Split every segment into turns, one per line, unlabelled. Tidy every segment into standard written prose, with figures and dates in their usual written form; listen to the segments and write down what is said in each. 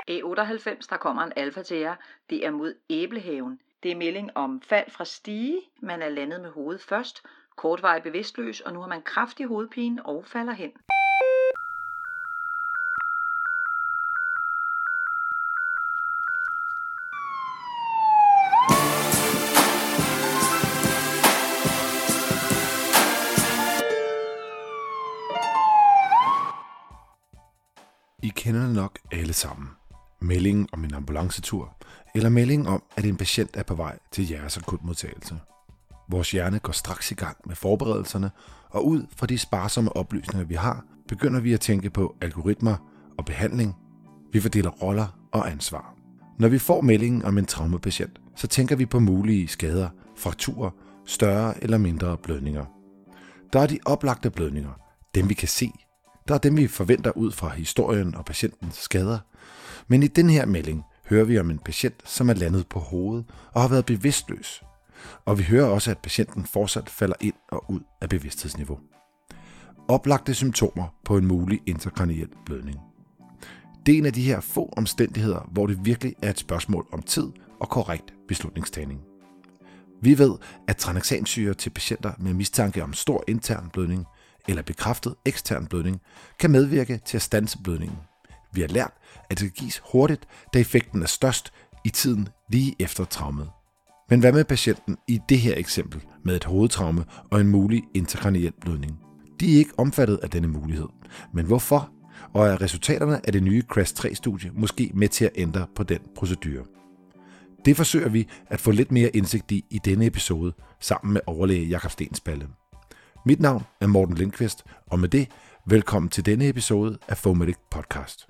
E98, der kommer en Alfa til jer. Det er mod Æblehaven. Det er melding om fald fra stige. Man er landet med hovedet først. Kortvarig bevidstløs, og nu har man kraftig hovedpine og falder hen.
I kender det nok alle sammen. Meldingen om en ambulancetur, eller meldingen om, at en patient er på vej til jeres akutmodtagelse. Vores hjerne går straks i gang med forberedelserne, og ud fra de sparsomme oplysninger, vi har, begynder vi at tænke på algoritmer og behandling. Vi fordeler roller og ansvar. Når vi får meldingen om en traumapatient, så tænker vi på mulige skader, frakturer, større eller mindre blødninger. Der er de oplagte blødninger, dem vi kan se. Der er dem, vi forventer ud fra historien og patientens skader. Men i den her melding hører vi om en patient, som er landet på hovedet og har været bevidstløs. Og vi hører også, at patienten fortsat falder ind og ud af bevidsthedsniveau. Oplagte symptomer på en mulig intrakraniel blødning. Det er en af de her få omstændigheder, hvor det virkelig er et spørgsmål om tid og korrekt beslutningstagning. Vi ved, at tranexamsyre til patienter med mistanke om stor intern blødning eller bekræftet ekstern blødning kan medvirke til at standse blødningen. Vi har lært, at det kan gives hurtigt, da effekten er størst i tiden lige efter traumet. Men hvad med patienten i det her eksempel med et hovedtraume og en mulig intrakraniel blødning? De er ikke omfattet af denne mulighed. Men hvorfor? Og er resultaterne af det nye CREST-3-studie måske med til at ændre på den procedure? Det forsøger vi at få lidt mere indsigt i denne episode sammen med overlæge Jakob Stensballe. Mit navn er Morten Lindqvist, og med det, velkommen til denne episode af FOMedic Podcast.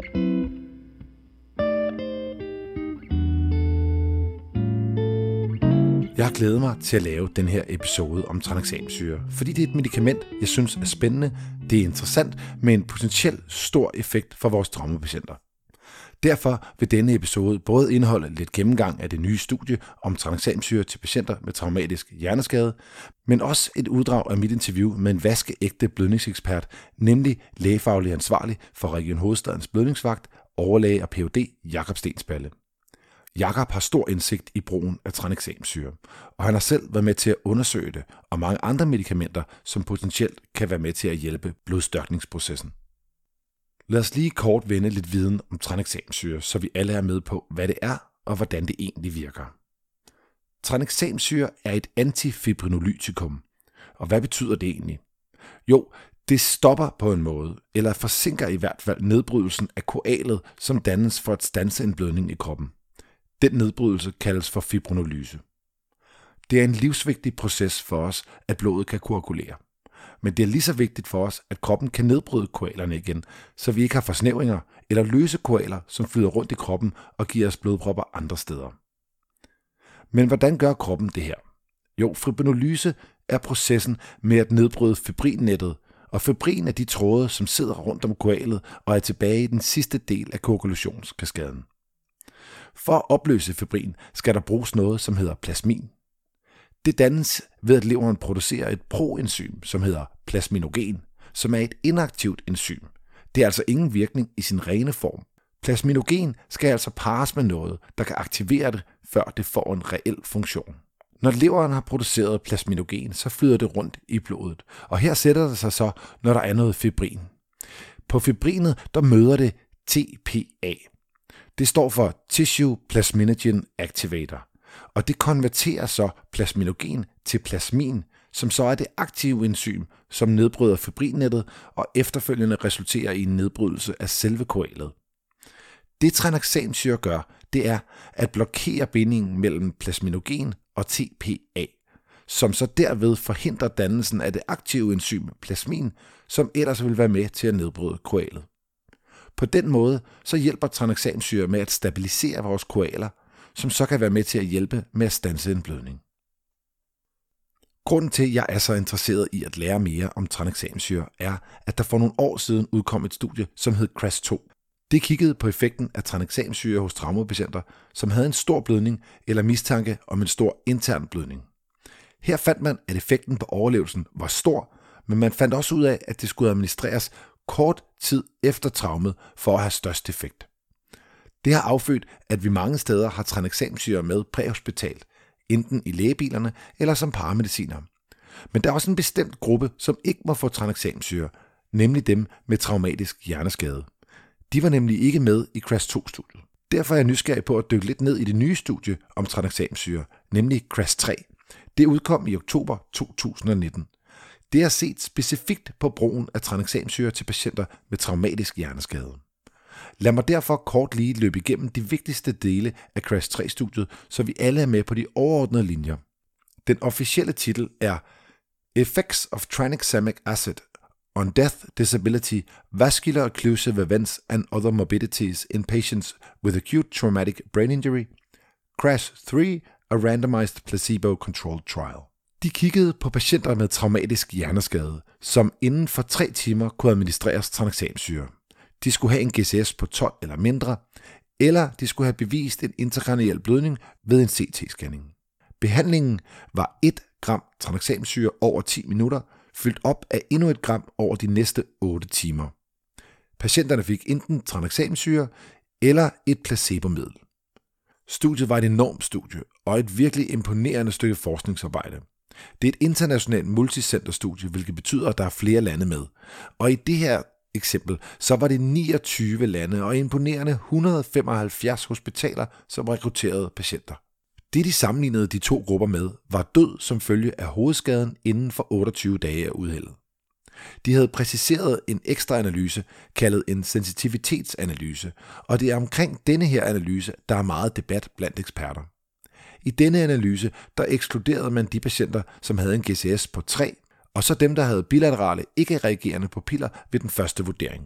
Jeg har glædet mig til at lave den her episode om tranexamsyre, fordi det er et medicament, jeg synes er spændende, det er interessant med en potentielt stor effekt for vores traumapatienter. Derfor vil denne episode både indeholde lidt gennemgang af det nye studie om tranexamsyre til patienter med traumatisk hjerneskade, men også et uddrag af mit interview med en vaskeægte blødningsekspert, nemlig lægefaglig ansvarlig for Region Hovedstadens blødningsvagt, overlæge og Ph.D. Jakob Stensballe. Jakob har stor indsigt i brugen af tranexamsyre, og han har selv været med til at undersøge det og mange andre medicamenter, som potentielt kan være med til at hjælpe blodstørkningsprocessen. Lad os lige kort vende lidt viden om tranexamsyre, så vi alle er med på, hvad det er og hvordan det egentlig virker. Tranexamsyre er et antifibrinolytikum. Og hvad betyder det egentlig? Jo, det stopper på en måde, eller forsinker i hvert fald nedbrydelsen af koalet, som dannes for at standse en blødning i kroppen. Den nedbrydelse kaldes for fibrinolyse. Det er en livsvigtig proces for os, at blodet kan koagulere. Men det er lige så vigtigt for os, at kroppen kan nedbryde koalerne igen, så vi ikke har forsnævringer eller løse koaler, som flyder rundt i kroppen og giver os blodpropper andre steder. Men hvordan gør kroppen det her? Jo, fibrinolyse er processen med at nedbryde fibrinnettet, og fibrin er de tråde, som sidder rundt om koalet og er tilbage i den sidste del af koagulationskaskaden. For at opløse fibrin skal der bruges noget, som hedder plasmin. Det dannes ved, at leveren producerer et proenzym, som hedder plasminogen, som er et inaktivt enzym. Det er altså ingen virkning i sin rene form. Plasminogen skal altså parres med noget, der kan aktivere det, før det får en reel funktion. Når leveren har produceret plasminogen, så flyder det rundt i blodet, og her sætter det sig så, når der er noget fibrin. På fibrinet, der møder det TPA. Det står for Tissue Plasminogen Activator. Og det konverterer så plasminogen til plasmin, som så er det aktive enzym, som nedbryder fibrinnettet og efterfølgende resulterer i en nedbrydelse af selve koalet. Det tranexamsyre gør, det er at blokere bindingen mellem plasminogen og TPA, som så derved forhindrer dannelsen af det aktive enzym plasmin, som ellers vil være med til at nedbryde koalet. På den måde så hjælper tranexamsyre med at stabilisere vores koaler, som så kan være med til at hjælpe med at standse en blødning. Grunden til, at jeg er så interesseret i at lære mere om tranexamsyre, er, at der for nogle år siden udkom et studie, som hed CREST-2. Det kiggede på effekten af tranexamsyre hos traumapatienter, som havde en stor blødning eller mistanke om en stor intern blødning. Her fandt man, at effekten på overlevelsen var stor, men man fandt også ud af, at det skulle administreres kort tid efter traumet for at have størst effekt. Det har affødt, at vi mange steder har tranexamsyre med præhospitalt, enten i lægebilerne eller som paramediciner. Men der er også en bestemt gruppe, som ikke må få tranexamsyre, nemlig dem med traumatisk hjerneskade. De var nemlig ikke med i CRASH-2-studiet. Derfor er jeg nysgerrig på at dykke lidt ned i det nye studie om tranexamsyre, nemlig CRASH-3. Det udkom i oktober 2019. Det har set specifikt på brugen af tranexamsyre til patienter med traumatisk hjerneskade. Lad mig derfor kort lige løbe igennem de vigtigste dele af CRASH-3-studiet, så vi alle er med på de overordnede linjer. Den officielle titel er Effects of Tranexamic Acid on Death, Disability, Vascular Occlusive Events and Other Morbidities in Patients with Acute Traumatic Brain Injury, CRASH-3, a randomized placebo-controlled trial. De kiggede på patienter med traumatisk hjerneskade, som inden for 3 timer kunne administreres tranexamsyre. De skulle have en GCS på 12 eller mindre, eller de skulle have bevist en intrakraniel blødning ved en CT-scanning. Behandlingen var 1 gram tranexamsyre over 10 minutter, fyldt op af endnu 1 gram over de næste 8 timer. Patienterne fik enten tranexamsyre eller et placebomiddel. Studiet var et enormt studie og et virkelig imponerende stykke forskningsarbejde. Det er et internationalt multicenterstudie, hvilket betyder, at der er flere lande med. Og i det her eksempel, så var det 29 lande og imponerende 175 hospitaler, som rekrutterede patienter. Det, de sammenlignede de 2 grupper med, var død som følge af hovedskaden inden for 28 dage af uheldet. De havde præciseret en ekstra analyse, kaldet en sensitivitetsanalyse, og det er omkring denne her analyse, der er meget debat blandt eksperter. I denne analyse, der ekskluderede man de patienter, som havde en GCS på 3, og så dem, der havde bilaterale ikke-reagerende pupiller ved den første vurdering.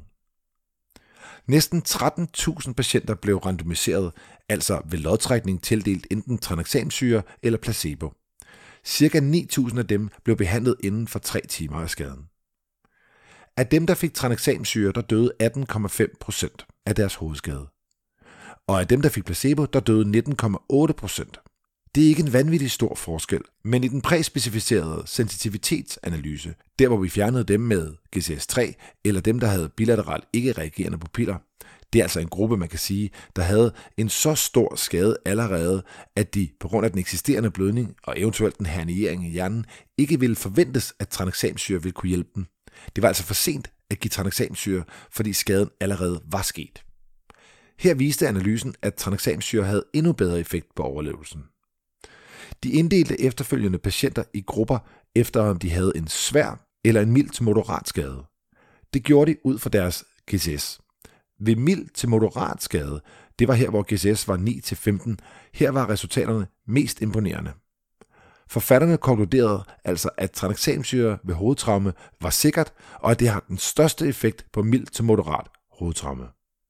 Næsten 13.000 patienter blev randomiseret, altså ved lodtrækning tildelt enten tranexamsyre eller placebo. Cirka 9.000 af dem blev behandlet inden for 3 timer af skaden. Af dem, der fik tranexamsyre, der døde 18,5% af deres hovedskade. Og af dem, der fik placebo, der døde 19,8%. Det er ikke en vanvittig stor forskel, men i den præspecificerede sensitivitetsanalyse, der hvor vi fjernede dem med GCS3 eller dem, der havde bilateralt ikke-reagerende pupiller, det er altså en gruppe, man kan sige, der havde en så stor skade allerede, at de på grund af den eksisterende blødning og eventuelt en herniering i hjernen, ikke ville forventes, at tranexamsyre ville kunne hjælpe dem. Det var altså for sent at give tranexamsyre, fordi skaden allerede var sket. Her viste analysen, at tranexamsyre havde endnu bedre effekt på overlevelsen. De inddelte efterfølgende patienter i grupper efter om de havde en svær eller en mild til moderat skade. Det gjorde de ud fra deres GCS. Ved mild til moderat skade, det var her hvor GCS var 9-15, her var resultaterne mest imponerende. Forfatterne konkluderede altså, at tranexamsyre ved hovedtraume var sikkert, og at det har den største effekt på mild til moderat hovedtraume.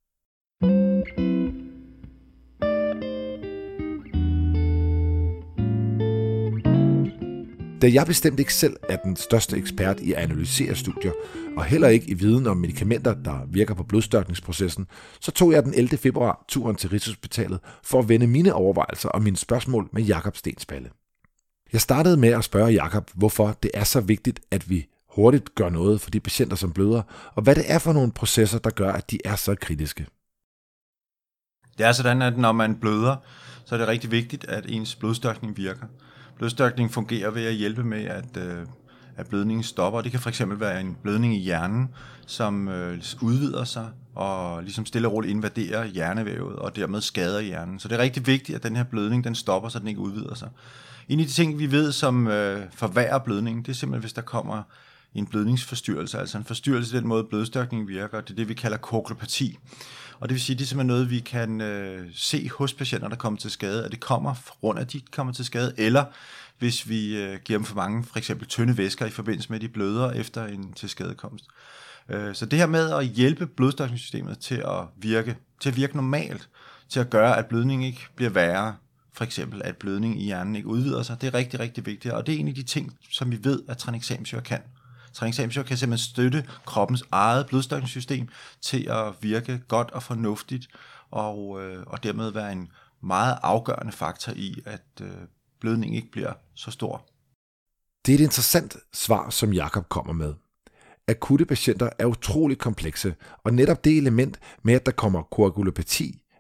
Da jeg bestemt ikke selv er den største ekspert i at analysere studier, og heller ikke i viden om medicamenter, der virker på blodstørkningsprocessen, så tog jeg den 11. februar turen til Rigshospitalet for at vende mine overvejelser og mine spørgsmål med Jakob Stensballe. Jeg startede med at spørge Jakob, hvorfor det er så vigtigt, at vi hurtigt gør noget for de patienter, som bløder, og hvad det er for nogle processer, der gør, at de er så kritiske.
Det er sådan, at når man bløder, så er det rigtig vigtigt, at ens blodstørkning virker. Blodstørkning fungerer ved at hjælpe med, at blødningen stopper. Det kan fx være en blødning i hjernen, som udvider sig og ligesom stille og roligt invaderer hjernevævet og dermed skader hjernen. Så det er rigtig vigtigt, at den her blødning den stopper, så den ikke udvider sig. En af de ting, vi ved, som forværrer blødningen, det er simpelthen, hvis der kommer en blødningsforstyrrelse, altså en forstyrrelse i den måde, blødstørkningen virker. Det er det, vi kalder koagulopati. Og det vil sige, det er simpelthen noget, vi kan se hos patienter, der kommer til skade, at det kommer grund af, at de kommer til skade, eller hvis vi giver dem for mange, for eksempel tynde væsker i forbindelse med, at de bløder efter en tilskadekomst. Så det her med at hjælpe blodstørkningssystemet til at virke normalt, til at gøre, at blødningen ikke bliver værre, for eksempel at blødningen i hjernen ikke udvider sig, det er rigtig, rigtig vigtigt, og det er en af de ting, som vi ved, at tranexamsyre kan. Tranexamsyre kan simpelthen støtte kroppens eget blodstørkningssystem til at virke godt og fornuftigt, og dermed være en meget afgørende faktor i, at blødningen ikke bliver så stor.
Det er et interessant svar, som Jakob kommer med. Akutte patienter er utroligt komplekse, og netop det element med, at der kommer koagulopati,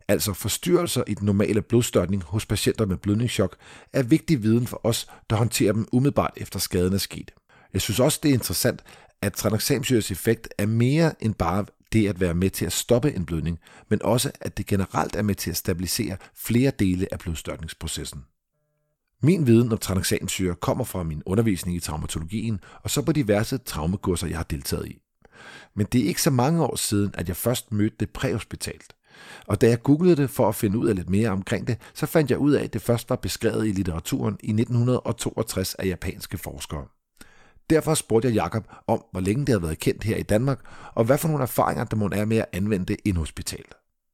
altså forstyrrelser i den normale blodstørkning hos patienter med blødningschok, er vigtig viden for os, der håndterer dem umiddelbart efter skaden er sket. Jeg synes også, det er interessant, at tranexamsyres effekt er mere end bare det at være med til at stoppe en blødning, men også at det generelt er med til at stabilisere flere dele af blodstørkningsprocessen. Min viden om tranexamsyre kommer fra min undervisning i traumatologien og så på diverse traumekurser, jeg har deltaget i. Men det er ikke så mange år siden, at jeg først mødte det præhospitalt. Og da jeg googlede det for at finde ud af lidt mere omkring det, så fandt jeg ud af, at det først var beskrevet i litteraturen i 1962 af japanske forskere. Derfor spurgte jeg Jakob om, hvor længe det havde været kendt her i Danmark, og hvad for nogle erfaringer der må er med at anvende det inhospitalt.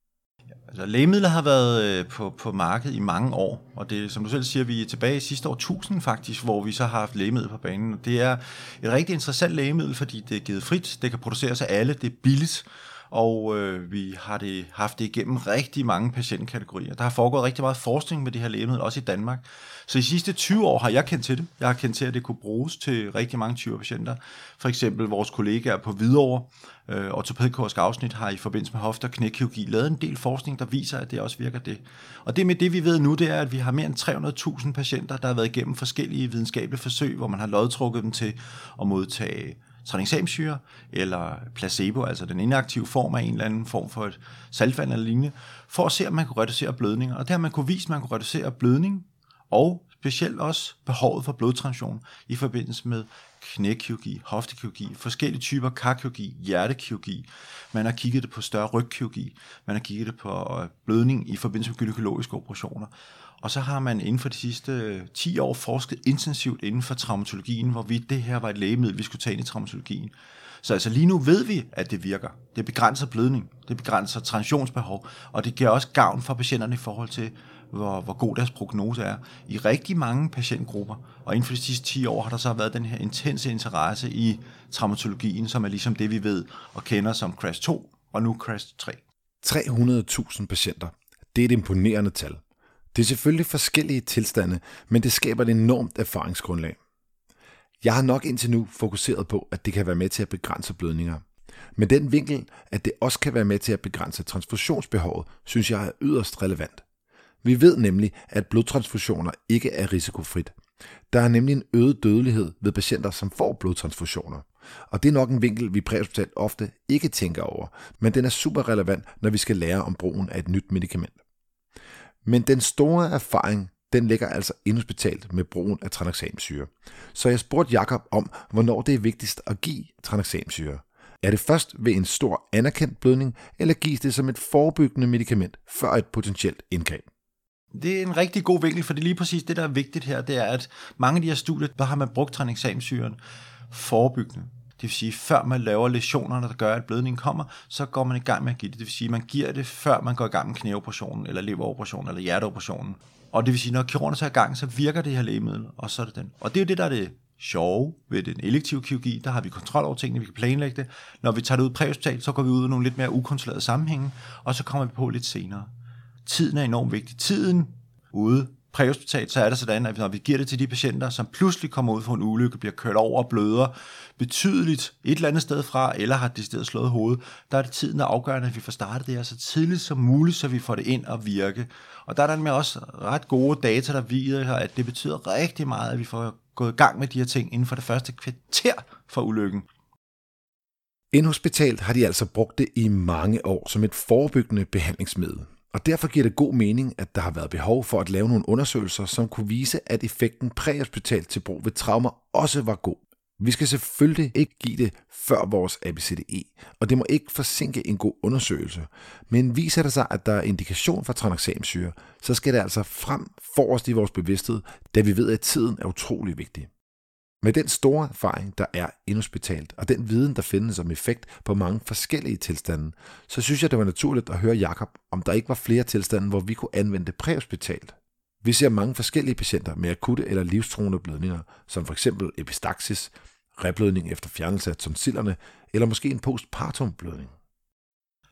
Altså, lægemidler har været på markedet i mange år, og det, som du selv siger, vi er tilbage i sidste år 1000 faktisk, hvor vi så har haft lægemidler på banen. Det er et rigtig interessant lægemiddel, fordi det er givet frit, det kan produceres af alle, det er billigt, og vi har haft det igennem rigtig mange patientkategorier. Der har foregået rigtig meget forskning med det her lægemiddel, også i Danmark. Så i de sidste 20 år har jeg kendt til det. Jeg har kendt til, at det kunne bruges til rigtig mange typer patienter. For eksempel vores kollegaer på Hvidovre, ortopædkirurgisk afsnit, har i forbindelse med hofte- og knækirurgi lavet en del forskning, der viser, at det også virker det. Og det med det, vi ved nu, det er, at vi har mere end 300.000 patienter, der har været igennem forskellige videnskabelige forsøg, hvor man har lodtrukket dem til at modtage tranexamsyre eller placebo, altså den inaktive form af en eller anden form for et saltvand eller lignende, for at se, om man kunne reducere blødninger. Og det har man kunne vise, at man kunne reducere blødning og specielt også behovet for blodtransfusion i forbindelse med knækirurgi, hoftekirurgi, forskellige typer karkirurgi, hjertekirurgi. Man har kigget det på større rygkirurgi, man har kigget det på blødning i forbindelse med gynækologiske operationer. Og så har man inden for de sidste 10 år forsket intensivt inden for traumatologien, hvorvidt det her var et lægemiddel, vi skulle tage ind i traumatologien. Så altså lige nu ved vi, at det virker. Det begrænser blødning, det begrænser transfusionsbehov, og det giver også gavn for patienterne i forhold til, hvor god deres prognose er i rigtig mange patientgrupper. Og inden for de sidste 10 år har der så været den her intense interesse i traumatologien, som er ligesom det, vi ved og kender som CRASH 2 og nu CRASH 3.
300.000 patienter. Det er et imponerende tal. Det er selvfølgelig forskellige tilstande, men det skaber et enormt erfaringsgrundlag. Jeg har nok indtil nu fokuseret på, at det kan være med til at begrænse blødninger. Men den vinkel, at det også kan være med til at begrænse transfusionsbehovet, synes jeg er yderst relevant. Vi ved nemlig, at blodtransfusioner ikke er risikofrit. Der er nemlig en øget dødelighed ved patienter, som får blodtransfusioner. Og det er nok en vinkel, vi præhospitalt ofte ikke tænker over, men den er super relevant, når vi skal lære om brugen af et nyt medicament. Men den store erfaring, den ligger altså inhospitalt med brugen af tranexamsyre. Så jeg spurgte Jakob om, hvornår det er vigtigst at give tranexamsyre. Er det først ved en stor anerkendt blødning, eller gives det som et forebyggende medicament før et potentielt indgreb?
Det er en rigtig god vinkel, for det er lige præcis det, der er vigtigt her, det er, at mange af de her studier, der har man brugt tranexamsyren forebyggende. Det vil sige, før man laver læsionerne, der gør, at blødningen kommer, så går man i gang med at give det. Det vil sige, man giver det, før man går i gang med knæoperationen, eller leveroperationen, eller hjerteoperationen. Og det vil sige, når kirurgen så er i gang, så virker det her lægemiddel, og så er det den. Og det er jo det, der er det sjove ved den elektive kirurgi. Der har vi kontrol over tingene, vi kan planlægge det. Når vi tager det ud præhospitalt, så går vi ud i nogle lidt mere ukontrollerede sammenhænge, og så kommer vi på lidt senere. Tiden er enormt vigtig. Tiden ude præhospitalt, så er det sådan, at når vi giver det til de patienter, som pludselig kommer ud for en ulykke, bliver kørt over og bløder betydeligt et eller andet sted fra, eller har decideret slået hovedet, der er det tiden, der er afgørende, at vi får startet det her så tidligt som muligt, så vi får det ind og virke. Og der er der med også ret gode data, der viser, at det betyder rigtig meget, at vi får gået i gang med de her ting inden for det første kvarter for ulykken.
Inhospitalt har de altså brugt det i mange år som et forebyggende behandlingsmiddel. Og derfor giver det god mening, at der har været behov for at lave nogle undersøgelser, som kunne vise, at effekten præhospitalt til brug ved traumer også var god. Vi skal selvfølgelig ikke give det før vores ABCDE, og det må ikke forsinke en god undersøgelse. Men viser det sig, at der er indikation for tranexamsyre, så skal det altså frem forrest i vores bevidsthed, da vi ved, at tiden er utrolig vigtig. Med den store erfaring, der er inhospitalt, og den viden, der findes om effekt på mange forskellige tilstande, så synes jeg, det var naturligt at høre Jakob, om der ikke var flere tilstande, hvor vi kunne anvende det præhospitalt. Vi ser mange forskellige patienter med akutte eller livstruende blødninger, som f.eks. epistaxis, reblødning efter fjernelse af tonsillerne, eller måske en postpartum blødning.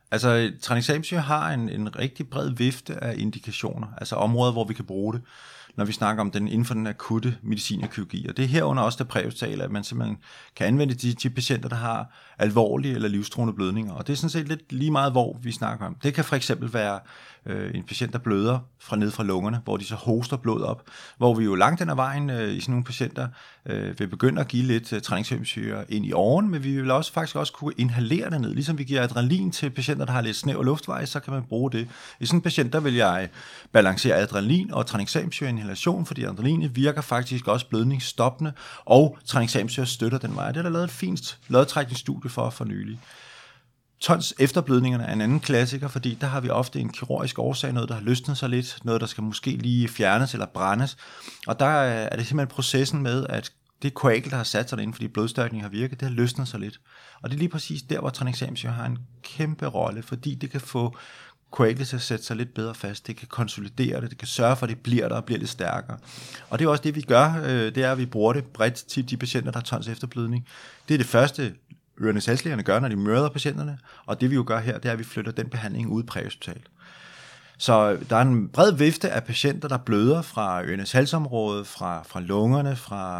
Altså, tranexamsyre har en rigtig bred vifte af indikationer, altså områder, hvor vi kan bruge det. når vi snakker om den inden for den akutte medicin og kirurgi. Og det er herunder også det præhospitale, at man simpelthen kan anvende de patienter, der har alvorlige eller livstruende blødninger. Og det er sådan set lidt lige meget, hvor vi snakker om. Det kan for eksempel være en patient, der bløder ned fra lungerne, hvor de så hoster blod op, hvor vi jo langt den ad vejen i sådan nogle patienter vil begynde at give lidt træningssyre ind i åren, men vi vil faktisk også kunne inhalere det ned. Ligesom vi giver adrenalin til patienter, der har lidt snæver luftvej, så kan man bruge det. I sådan en patient, der vil jeg balancere adrenalin og tranexamsyre inhalation, fordi adrenalin virker faktisk også blødningsstoppende, og tranexamsyre støtter den vej. Det er der lavet et fint lodtrækningsstudie for nylig. Tons efterblødningerne er en anden klassiker, fordi der har vi ofte en kirurgisk årsag, noget der har løsnet sig lidt, noget der skal måske lige fjernes eller brændes, og der er det simpelthen processen med, at det koagel, der har sat sig derinde, fordi blodstærkning har virket, det har løsnet sig lidt. Og det er lige præcis der, hvor tranexamsyre har en kæmpe rolle, fordi det kan få koaglet til at sætte sig lidt bedre fast, det kan konsolidere det, det kan sørge for, at det bliver der og bliver lidt stærkere. Og det er også det, vi gør, det er, at vi bruger det bredt til de patienter, der har tons efterblødning. Det er det første, ørenes halslægerne gør, når de møder patienterne, og det vi jo gør her, det er, at vi flytter den behandling ud præhospitalt. Så der er en bred vifte af patienter, der bløder fra ørenes halsområde, fra lungerne,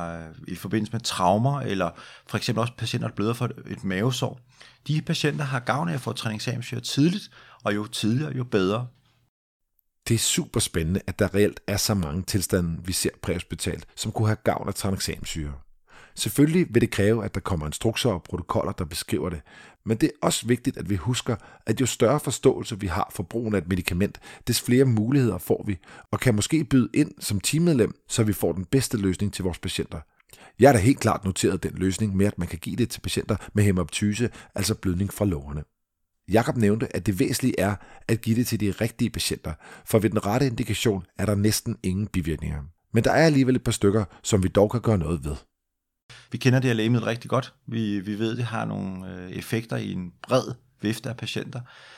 i forbindelse med traumer, eller for eksempel også patienter, der bløder fra et mavesår. De patienter har gavn af at få tranexamsyre tidligt, og jo tidligere, jo bedre.
Det er super spændende, at der reelt er så mange tilstande, vi ser præhospitalt, som kunne have gavn af tranexamsyre. Selvfølgelig vil det kræve, at der kommer instrukser og protokoller, der beskriver det, men det er også vigtigt, at vi husker, at jo større forståelse vi har for brugen af et medicament, des flere muligheder får vi, og kan måske byde ind som teammedlem, så vi får den bedste løsning til vores patienter. Jeg har da helt klart noteret den løsning med, at man kan give det til patienter med hæmoptyse, altså blødning fra lungerne. Jakob nævnte, at det væsentlige er at give det til de rigtige patienter, for ved den rette indikation er der næsten ingen bivirkninger. Men der er alligevel et par stykker, som vi dog kan gøre noget ved.
Vi kender det her lægemiddel rigtig godt. Vi ved, at det har nogle effekter i en bred vifte af patienter.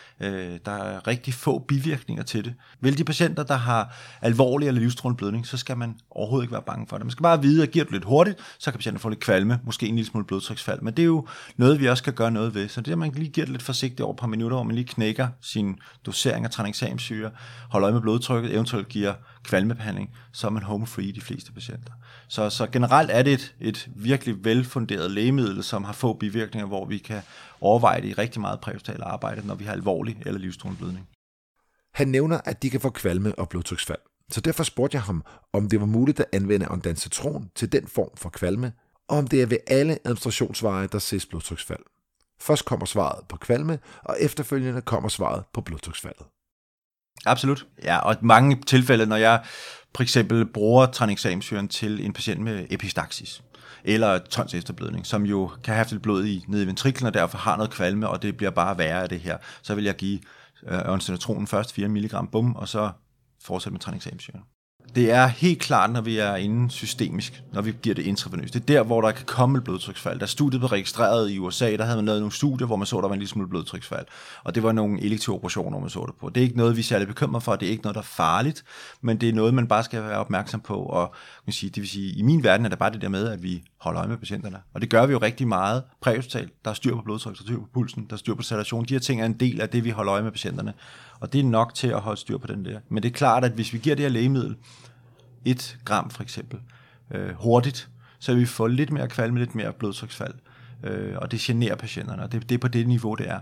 Der er rigtig få bivirkninger til det. Vel de patienter, der har alvorlig eller livstruende blødning, så skal man overhovedet ikke være bange for det. Man skal bare vide, at giver det lidt hurtigt, så kan patienten få lidt kvalme, måske en lille smule blodtryksfald. Men det er jo noget, vi også skal gøre noget ved. Så det er, at man lige giver det lidt forsigtigt over et par minutter, hvor man lige knækker sin dosering af tranexamsyre, holder øje med blodtrykket, eventuelt giver kvalmebehandling, så er man home-free de fleste patienter. Så generelt er det et virkelig velfunderet lægemiddel, som har få bivirkninger, hvor vi kan overveje det i rigtig meget præhospitalt arbejde, når vi har alvorlig eller livstruende blødning.
Han nævner, at de kan få kvalme og blodtryksfald. Så derfor spurgte jeg ham, om det var muligt at anvende ondansetron til den form for kvalme, og om det er ved alle administrationsveje, der ses blodtryksfald. Først kommer svaret på kvalme, og efterfølgende kommer svaret på blodtryksfaldet.
Absolut. Ja, og i mange tilfælde, når jeg for eksempel bruger tranexamsyren til en patient med epistaxis, eller tons efterblødning, som jo kan have lidt blod nede i ventriklen, og derfor har noget kvalme, og det bliver bare værre af det her, så vil jeg give ondansetronen først 4 mg, bum, og så fortsætte med tranexamsyren. Det er helt klart, når vi er inde systemisk, når vi giver det intravenøst. Det er der, hvor der kan komme et blodtryksfald. Da studiet blev registreret i USA, der havde man lavet nogle studier, hvor man så, der var en lille smule blodtryksfald. Og det var nogle elektive operationer, man så det på. Det er ikke noget, vi er særlig bekymret for. Det er ikke noget, der er farligt, men det er noget, man bare skal være opmærksom på. Og det vil sige, i min verden er det bare det der med, at vi holder øje med patienterne. Og det gør vi jo rigtig meget præhospitalt. Der er styr på blodtryk, der er styr på pulsen, der er styr på saturation. De her ting er en del af det, vi holder øje med patienterne. Og det er nok til at holde styr på den der. Men det er klart, at hvis vi giver det her lægemiddel, 1 gram for eksempel, hurtigt, så vil vi få lidt mere kvalme, lidt mere blodtryksfald, og det generer patienterne, og det er på det niveau, det er.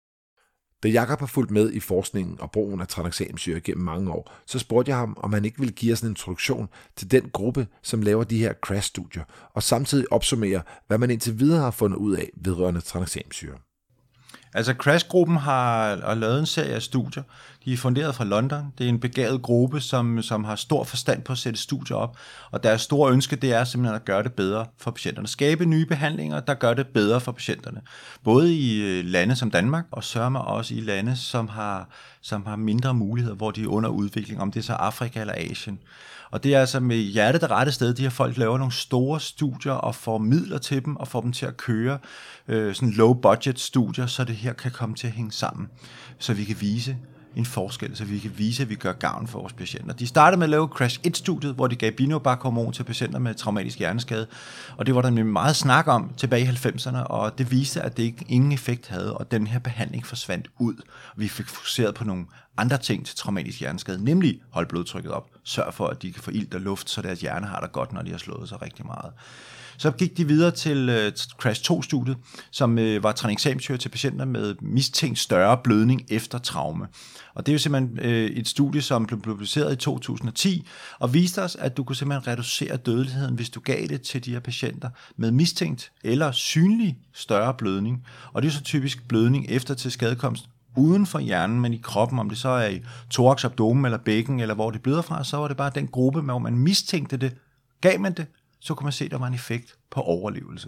Da Jakob har fulgt med i forskningen og brugen af tranexamsyre gennem mange år, så spurgte jeg ham, om han ikke ville give os en introduktion til den gruppe, som laver de her crash-studier, og samtidig opsummere, hvad man indtil videre har fundet ud af vedrørende tranexamsyre.
Altså CRASH-gruppen har lavet en serie af studier. De er funderet fra London. Det er en begavet gruppe, som har stor forstand på at sætte studier op. Og deres store ønske, det er simpelthen at gøre det bedre for patienterne. Skabe nye behandlinger, der gør det bedre for patienterne. Både i lande som Danmark, og sørger også i lande, som har mindre muligheder, hvor de er under udvikling, om det er så Afrika eller Asien. Og det er altså med hjertet det rette sted, de her folk laver nogle store studier og får midler til dem og får dem til at køre sådan low budget studier, så det her kan komme til at hænge sammen, så vi kan vise en forskel, så vi kan vise, at vi gør gavn for vores patienter. De startede med at lave CRASH-1-studiet, hvor de gav Binobac-hormon til patienter med traumatisk hjerneskade, og det var der meget snak om tilbage i 90'erne, og det viste, at det ingen effekt havde, og den her behandling forsvandt ud. Vi fik fokuseret på nogle andre ting til traumatisk hjerneskade, nemlig holde blodtrykket op, sørg for, at de kan få ilt og luft, så deres hjerne har det godt, når de har slået sig rigtig meget. Så gik de videre til CRASH-2-studiet, som var træningsexamenssyre til patienter med mistænkt større blødning efter traume. Og det er jo simpelthen et studie, som blev publiceret i 2010, og viste os, at du kunne simpelthen reducere dødeligheden, hvis du gav det til de her patienter med mistænkt eller synlig større blødning. Og det er så typisk blødning efter til skadekomst uden for hjernen, men i kroppen, om det så er i thorax, abdomen eller bækken, eller hvor det bløder fra, så var det bare den gruppe, hvor man mistænkte det. Gav man det, så kunne man se, at der var en effekt på overlevelse.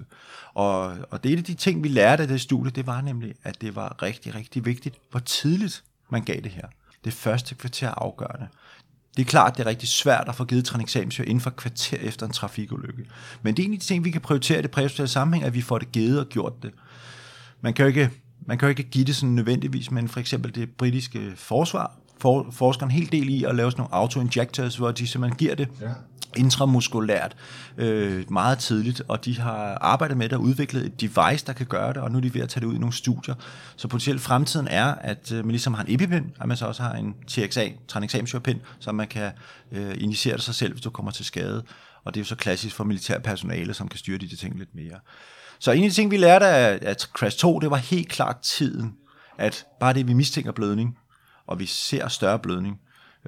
Og det er de ting, vi lærte af det studie, det var nemlig, at det var rigtig, rigtig vigtigt, hvor tidligt man gav det her. Det første kvarter afgørende. Det er klart, det er rigtig svært at få givet træningsexamenssyre inden for kvarter efter en trafikulykke. Men det er en af de ting, vi kan prioritere i det præhospitale sammenhæng, at vi får det givet og gjort det. Man kan jo ikke give det sådan nødvendigvis, men for eksempel det britiske forsvar forsker en hel del i at lave sådan nogle autoinjectors, hvor de simpelthen giver det intramuskulært meget tidligt, og de har arbejdet med det og udviklet et device, der kan gøre det, og nu er de ved at tage det ud i nogle studier. Så potentielt fremtiden er, at man ligesom har en EpiPen, at man så også har en TXA, træningsexamenssyrepen, så man kan injicere det sig selv, hvis du kommer til skade. Og det er jo så klassisk for militærpersonale, som kan styre de ting lidt mere. Så en af de ting, vi lærte af CRASH 2, det var helt klart tiden, at bare det, vi mistænker blødning, og vi ser større blødning,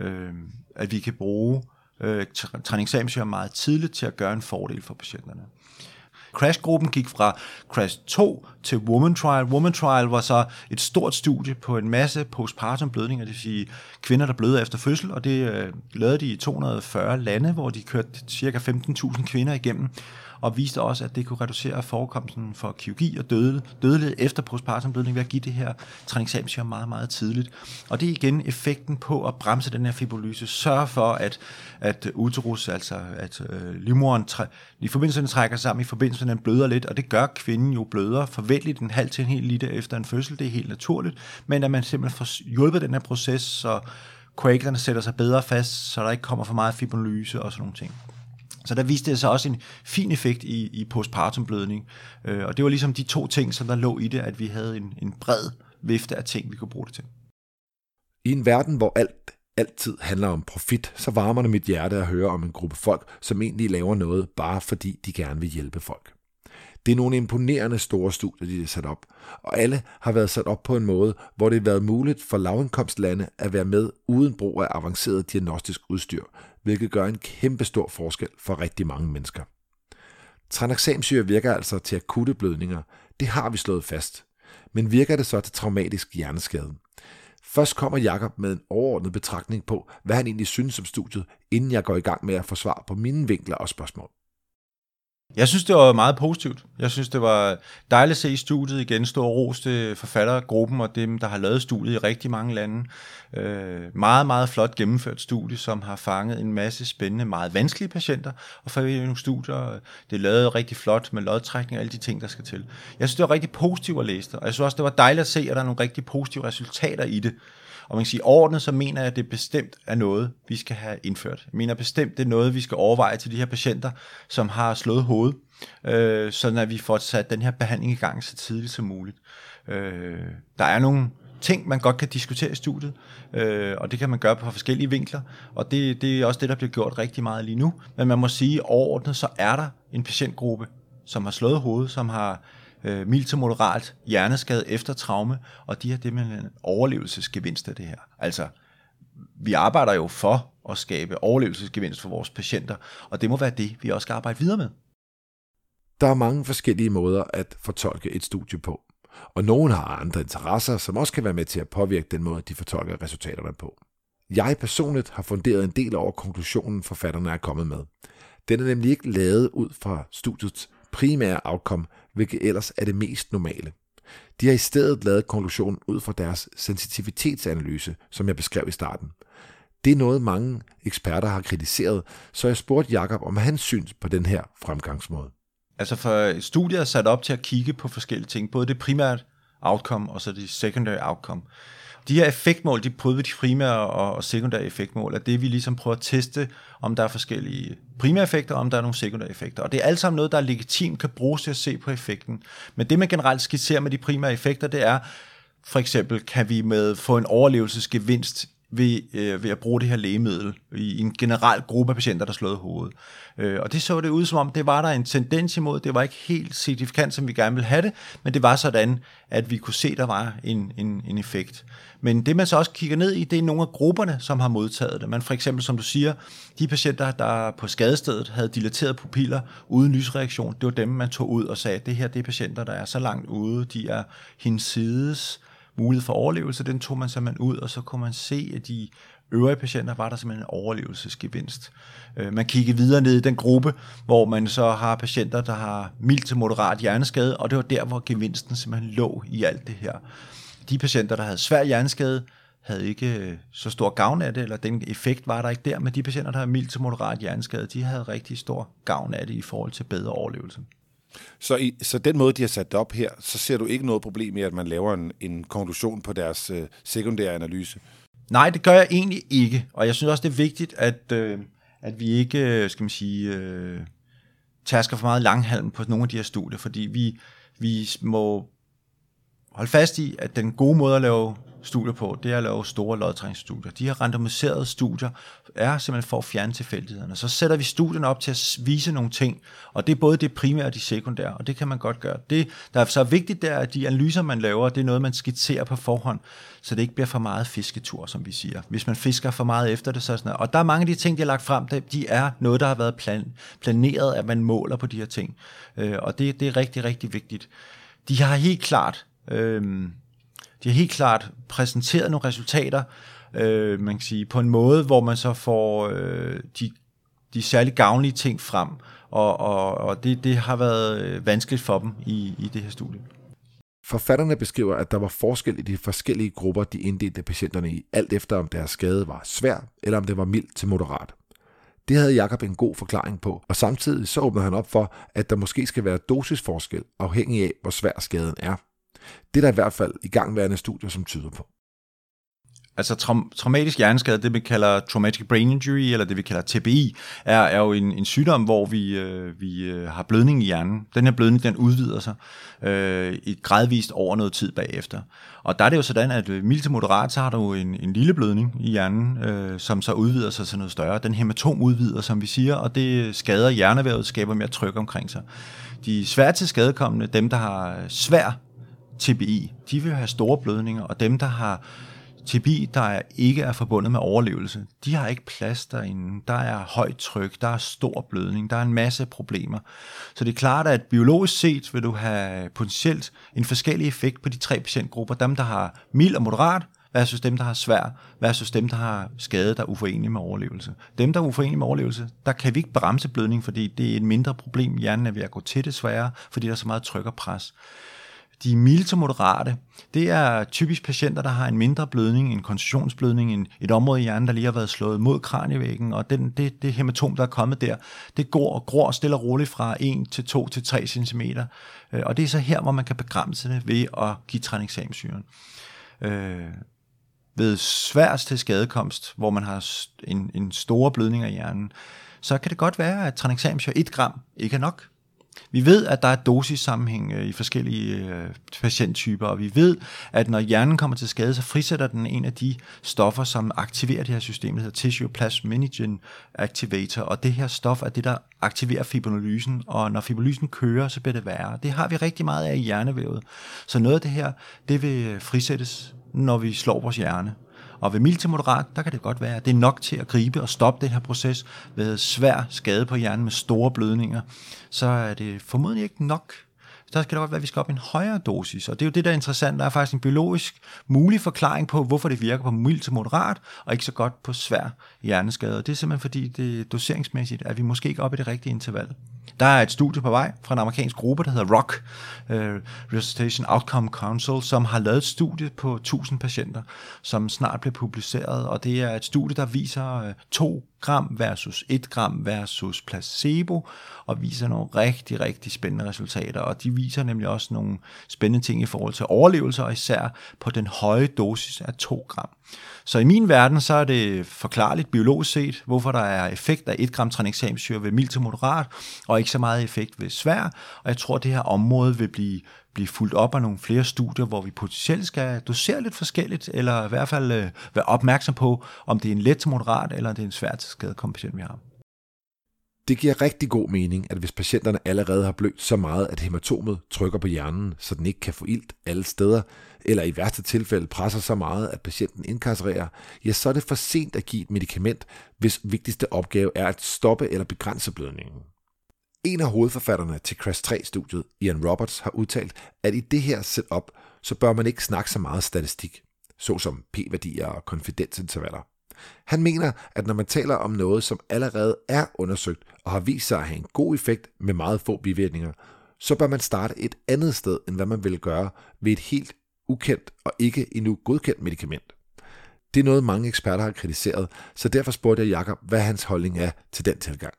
at vi kan bruge træningsexamenssyre meget tidligt til at gøre en fordel for patienterne. CRASH-gruppen gik fra CRASH 2 til Woman Trial. Woman Trial var så et stort studie på en masse postpartum blødninger, det vil sige kvinder, der bløder efter fødsel, og det lavede de i 240 lande, hvor de kørte ca. 15.000 kvinder igennem, og viste også, at det kunne reducere forekomsten for kirurgi og dødelighed efter postpartum blødning ved at give det her træningsexamenssyre meget, meget tidligt. Og det er igen effekten på at bremse den her fibrolyse, sørge for, at uterus, altså at livmoderen i forbindelse med den trækker sammen, i forbindelse med den bløder lidt, og det gør kvinden jo bløder forventeligt en halv til en hel liter efter en fødsel, det er helt naturligt, men at man simpelthen får hjulpet den her proces, så koagulerne sætter sig bedre fast, så der ikke kommer for meget fibrolyse og sådan nogle ting. Så der viste det sig også en fin effekt i postpartum blødning. Og det var ligesom de to ting, som der lå i det, at vi havde en bred vifte af ting, vi kunne bruge det til.
I en verden, hvor alt altid handler om profit, så varmer det mit hjerte at høre om en gruppe folk, som egentlig laver noget, bare fordi de gerne vil hjælpe folk. Det er nogle imponerende store studier, de har sat op, og alle har været sat op på en måde, hvor det har været muligt for lavindkomstlande at være med uden brug af avanceret diagnostisk udstyr, hvilket gør en kæmpe stor forskel for rigtig mange mennesker. Tranexamsyre virker altså til akutte blødninger, det har vi slået fast. Men virker det så til traumatisk hjerneskade? Først kommer Jakob med en overordnet betragtning på, hvad han egentlig synes om studiet, inden jeg går i gang med at få svar på mine vinkler og spørgsmål.
Jeg synes, det var meget positivt. Jeg synes, det var dejligt at se studiet igen. Stor ros til forfattergruppen og dem, der har lavet studiet i rigtig mange lande. Meget, meget flot gennemført studie, som har fanget en masse spændende, meget vanskelige patienter. Og for nogle studier, det er lavet rigtig flot med lodtrækning og alle de ting, der skal til. Jeg synes, det var rigtig positivt at læse det. Og jeg synes også, det var dejligt at se, at der er nogle rigtig positive resultater i det. Og man kan sige, overordnet så mener jeg, at det bestemt er noget, vi skal have indført. Jeg mener bestemt, det er noget, vi skal overveje til de her patienter, som har slået hovedet, sådan at vi får sat den her behandling i gang så tidligt som muligt. Der er nogle ting, man godt kan diskutere i studiet, og det kan man gøre på forskellige vinkler, og det er også det, der bliver gjort rigtig meget lige nu. Men man må sige, overordnet så er der en patientgruppe, som har slået hovedet, som har mild til moderat hjerneskade efter traume, og de har det med en overlevelsesgevinst af det her. Altså, vi arbejder jo for at skabe overlevelsesgevinst for vores patienter, og det må være det, vi også skal arbejde videre med.
Der er mange forskellige måder at fortolke et studie på, og nogen har andre interesser, som også kan være med til at påvirke den måde, de fortolker resultaterne på. Jeg personligt har funderet en del over konklusionen, forfatterne er kommet med. Den er nemlig ikke lavet ud fra studiets primære outcome, hvilket ellers er det mest normale. De har i stedet lavet konklusionen ud fra deres sensitivitetsanalyse, som jeg beskrev i starten. Det er noget, mange eksperter har kritiseret, så jeg spurgte Jakob om hans syn på den her fremgangsmåde.
Altså for studiet er sat op til at kigge på forskellige ting, både det primære outcome og så det secondary outcome. De her effektmål, de prøver de primære og sekundære effektmål, er det, vi ligesom prøver at teste, om der er forskellige primære effekter, og om der er nogle sekundære effekter. Og det er alt sammen noget, der er legitimt kan bruges til at se på effekten. Men det, man generelt skitserer med de primære effekter, det er, for eksempel kan vi få en overlevelsesgevinst ved at bruge det her lægemiddel i en generel gruppe af patienter, der slåede hovedet. Og det så det ud som om, det var der en tendens imod. Det var ikke helt signifikant, som vi gerne ville have det, men det var sådan, at vi kunne se, der var en effekt. Men det man så også kigger ned i, det er nogle af grupperne, som har modtaget det. Man for eksempel, som du siger, de patienter, der på skadestedet havde dilaterede pupiller uden lysreaktion, det var dem, man tog ud og sagde, at det her det er patienter, der er så langt ude, de er hinsides mulighed for overlevelse, den tog man simpelthen ud, og så kunne man se, at de øvrige patienter var der simpelthen en overlevelsesgevinst. Man kiggede videre ned i den gruppe, hvor man så har patienter, der har mild til moderat hjerneskade, og det var der, hvor gevinsten simpelthen lå i alt det her. De patienter, der havde svær hjerneskade, havde ikke så stor gavn af det, eller den effekt var der ikke der, men de patienter, der havde mild til moderat hjerneskade, de havde rigtig stor gavn af det i forhold til bedre overlevelse.
Så den måde, de har sat det op her, så ser du ikke noget problem med, at man laver en konklusion på deres sekundære analyse?
Nej, det gør jeg egentlig ikke, og jeg synes også, det er vigtigt, at vi ikke, skal man sige, tærsker for meget langhalm på nogle af de her studier, fordi vi må holde fast i, at den gode måde at lave studier på, det er at lave store lodtrækningsstudier. De her randomiserede studier er simpelthen for at fjerne tilfældighederne. Så sætter vi studien op til at vise nogle ting, og det er både det primære og de sekundære, og det kan man godt gøre. Det, der er så vigtigt, det er, at de analyser, man laver, det er noget, man skitserer på forhånd, så det ikke bliver for meget fisketur, som vi siger. Hvis man fisker for meget efter det, så sådan noget. Og der er mange af de ting, de har lagt frem, de er noget, der har været planeret, at man måler på de her ting. Og det er rigtig, rigtig vigtigt. De har helt klart præsenteret nogle resultater, man kan sige, på en måde, hvor man så får de særligt gavnlige ting frem, og det har været vanskeligt for dem i det her studie.
Forfatterne beskriver, at der var forskel i de forskellige grupper, de inddelte patienterne i, alt efter om deres skade var svær, eller om det var mild til moderat. Det havde Jakob en god forklaring på, og samtidig så åbner han op for, at der måske skal være dosisforskel, afhængig af, hvor svær skaden er. Det er der i hvert fald igangværende studier, som tyder på.
Altså traumatisk hjerneskade, det vi kalder traumatic brain injury, eller det vi kalder TBI, er jo en sygdom, hvor vi har blødning i hjernen. Den her blødning, den udvider sig gradvist over noget tid bagefter. Og der er det jo sådan, at mild til moderat, så har du en lille blødning i hjernen, som så udvider sig til noget større. Den hematom udvider, som vi siger, og det skader hjernevævet, skaber mere tryk omkring sig. De svært til skadekommende, dem der har svær TBI, de vil have store blødninger, og dem, der har TBI, der ikke er forbundet med overlevelse, de har ikke plads derinde. Der er højt tryk, der er stor blødning, der er en masse problemer. Så det er klart, at biologisk set vil du have potentielt en forskellig effekt på de 3 patientgrupper. Dem, der har mild og moderat, versus dem, der har svær, versus dem, der har skade, der er uforenelige med overlevelse. Dem, der er uforenelige med overlevelse, der kan vi ikke bremse blødning, fordi det er et mindre problem. Hjernen er ved at gå til det sværere, fordi der er så meget tryk og pres. De milde til moderate, det er typisk patienter, der har en mindre blødning, en koncentrationsblødning, et område i hjernen, der lige har været slået mod kranievæggen, og det hematom, der er kommet der, det gror stille og roligt fra 1 til 2 til 3 cm. Og det er så her, hvor man kan begrænse det ved at give tranexamsyren. Ved svært til skadekomst, hvor man har en store blødning af hjernen, så kan det godt være, at tranexamsyre 1 gram ikke er nok. Vi ved, at der er dosissammenhæng i forskellige patienttyper, og vi ved, at når hjernen kommer til skade, så frisætter den en af de stoffer, som aktiverer det her system, der hedder tissue plasminogen activator, og det her stof er det, der aktiverer fibrinolysen, og når fibrinolysen kører, så bliver det værre. Det har vi rigtig meget af i hjernevævet. Så noget af det her, det vil frisættes, når vi slår vores hjerne. Og ved mild til moderat, der kan det godt være, at det er nok til at gribe og stoppe den her proces. Ved svær skade på hjernen med store blødninger, så er det formodentlig ikke nok. Der skal det godt være, at vi skal op i en højere dosis. Og det er jo det, der er interessant. Der er faktisk en biologisk mulig forklaring på, hvorfor det virker på mild til moderat, og ikke så godt på svær hjerneskade. Og det er simpelthen fordi, det er doseringsmæssigt, at vi måske ikke er oppe i det rigtige interval. Der er et studie på vej fra en amerikansk gruppe, der hedder ROC, Resuscitation Outcome Council, som har lavet et studie på 1000 patienter, som snart bliver publiceret, og det er et studie, der viser 2 gram versus 1 gram versus placebo, og viser nogle rigtig, rigtig spændende resultater, og de viser nemlig også nogle spændende ting i forhold til overlevelse, og især på den høje dosis af 2 gram. Så i min verden, så er det forklarligt biologisk set, hvorfor der er effekt af 1 gram tranexamsyre ved mild til moderat, og ikke så meget effekt ved svær, og jeg tror, at det her område vil blive fulgt op af nogle flere studier, hvor vi potentielt skal dosere lidt forskelligt, eller i hvert fald være opmærksom på, om det er en let til moderat, eller det er en svær til skadekommen patient, vi har.
Det giver rigtig god mening, at hvis patienterne allerede har blødt så meget, at hæmatomet trykker på hjernen, så den ikke kan få ilt alle steder, eller i værste tilfælde presser så meget, at patienten inkarcererer, ja, så er det for sent at give et medicament, hvis vigtigste opgave er at stoppe eller begrænse blødningen. En af hovedforfatterne til CRASH-3-studiet, Ian Roberts, har udtalt, at i det her setup, så bør man ikke snakke så meget statistik, såsom p-værdier og konfidensintervaller. Han mener, at når man taler om noget, som allerede er undersøgt og har vist sig at have en god effekt med meget få bivirkninger, så bør man starte et andet sted, end hvad man ville gøre ved et helt ukendt og ikke endnu godkendt medicament. Det er noget, mange eksperter har kritiseret, så derfor spurgte jeg Jakob, hvad hans holdning er til den tilgang.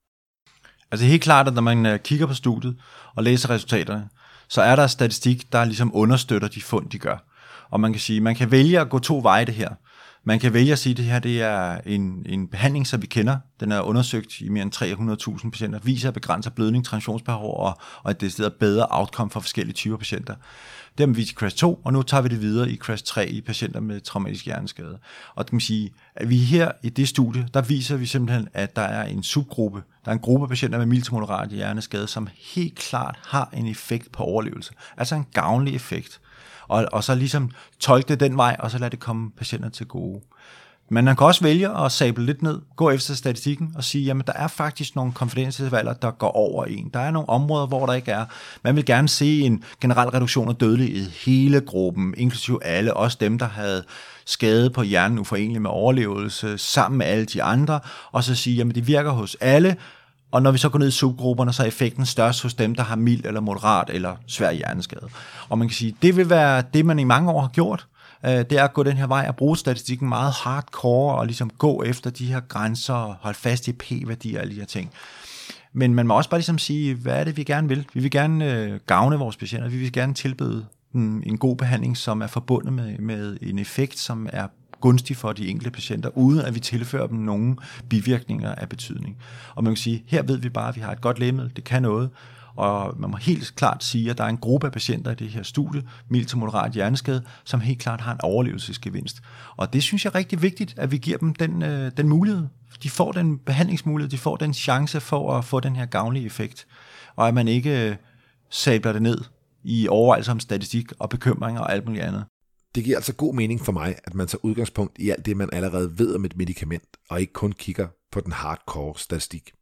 Altså helt klart, at når man kigger på studiet og læser resultaterne, så er der statistik, der ligesom understøtter de fund, de gør. Og man kan sige, man kan vælge at gå to veje det her. Man kan vælge at sige, at det her det er en behandling, som vi kender. Den er undersøgt i mere end 300.000 patienter, viser at begrænse blødning, transfusionsbehov og at det er bedre outcome for forskellige typer patienter. Det har vi vist i CRASH 2, og nu tager vi det videre i CRASH 3 i patienter med traumatisk hjerneskade. Og det kan sige, at vi her i det studie, der viser vi simpelthen, at der er en subgruppe, der er en gruppe af patienter med mild til moderat hjerneskade, som helt klart har en effekt på overlevelse. Altså en gavnlig effekt. Og så ligesom tolke det den vej, og så lade det komme patienter til gode. Men man kan også vælge at sable lidt ned, gå efter statistikken og sige, jamen der er faktisk nogle konfidensintervaller, der går over en. Der er nogle områder, hvor der ikke er. Man vil gerne se en generel reduktion af dødelighed i hele gruppen, inklusive alle, også dem, der havde skade på hjernen uforenelig med overlevelse, sammen med alle de andre, og så sige, jamen det virker hos alle. Og når vi så går ned i subgrupperne, så er effekten størst hos dem, der har mild eller moderat eller svær hjerneskade. Og man kan sige, det vil være det, man i mange år har gjort. Det er at gå den her vej og bruge statistikken meget hardcore og ligesom gå efter de her grænser og holde fast i p-værdier og alle de her ting. Men man må også bare ligesom sige, hvad er det, vi gerne vil? Vi vil gerne gavne vores patienter. Vi vil gerne tilbyde en god behandling, som er forbundet med en effekt, som er gunstig for de enkelte patienter, uden at vi tilfører dem nogle bivirkninger af betydning. Og man kan sige, her ved vi bare, at vi har et godt lægemiddel, det kan noget, og man må helt klart sige, at der er en gruppe af patienter i det her studie, mild til moderat hjerneskade, som helt klart har en overlevelsesgevinst. Og det synes jeg er rigtig vigtigt, at vi giver dem den mulighed. De får den behandlingsmulighed, de får den chance for at få den her gavnlige effekt, og at man ikke sabler det ned i overvejelser om statistik og bekymringer og alt muligt andet.
Det giver altså god mening for mig, at man tager udgangspunkt i alt det, man allerede ved om et medicament, og ikke kun kigger på den hardcore statistik.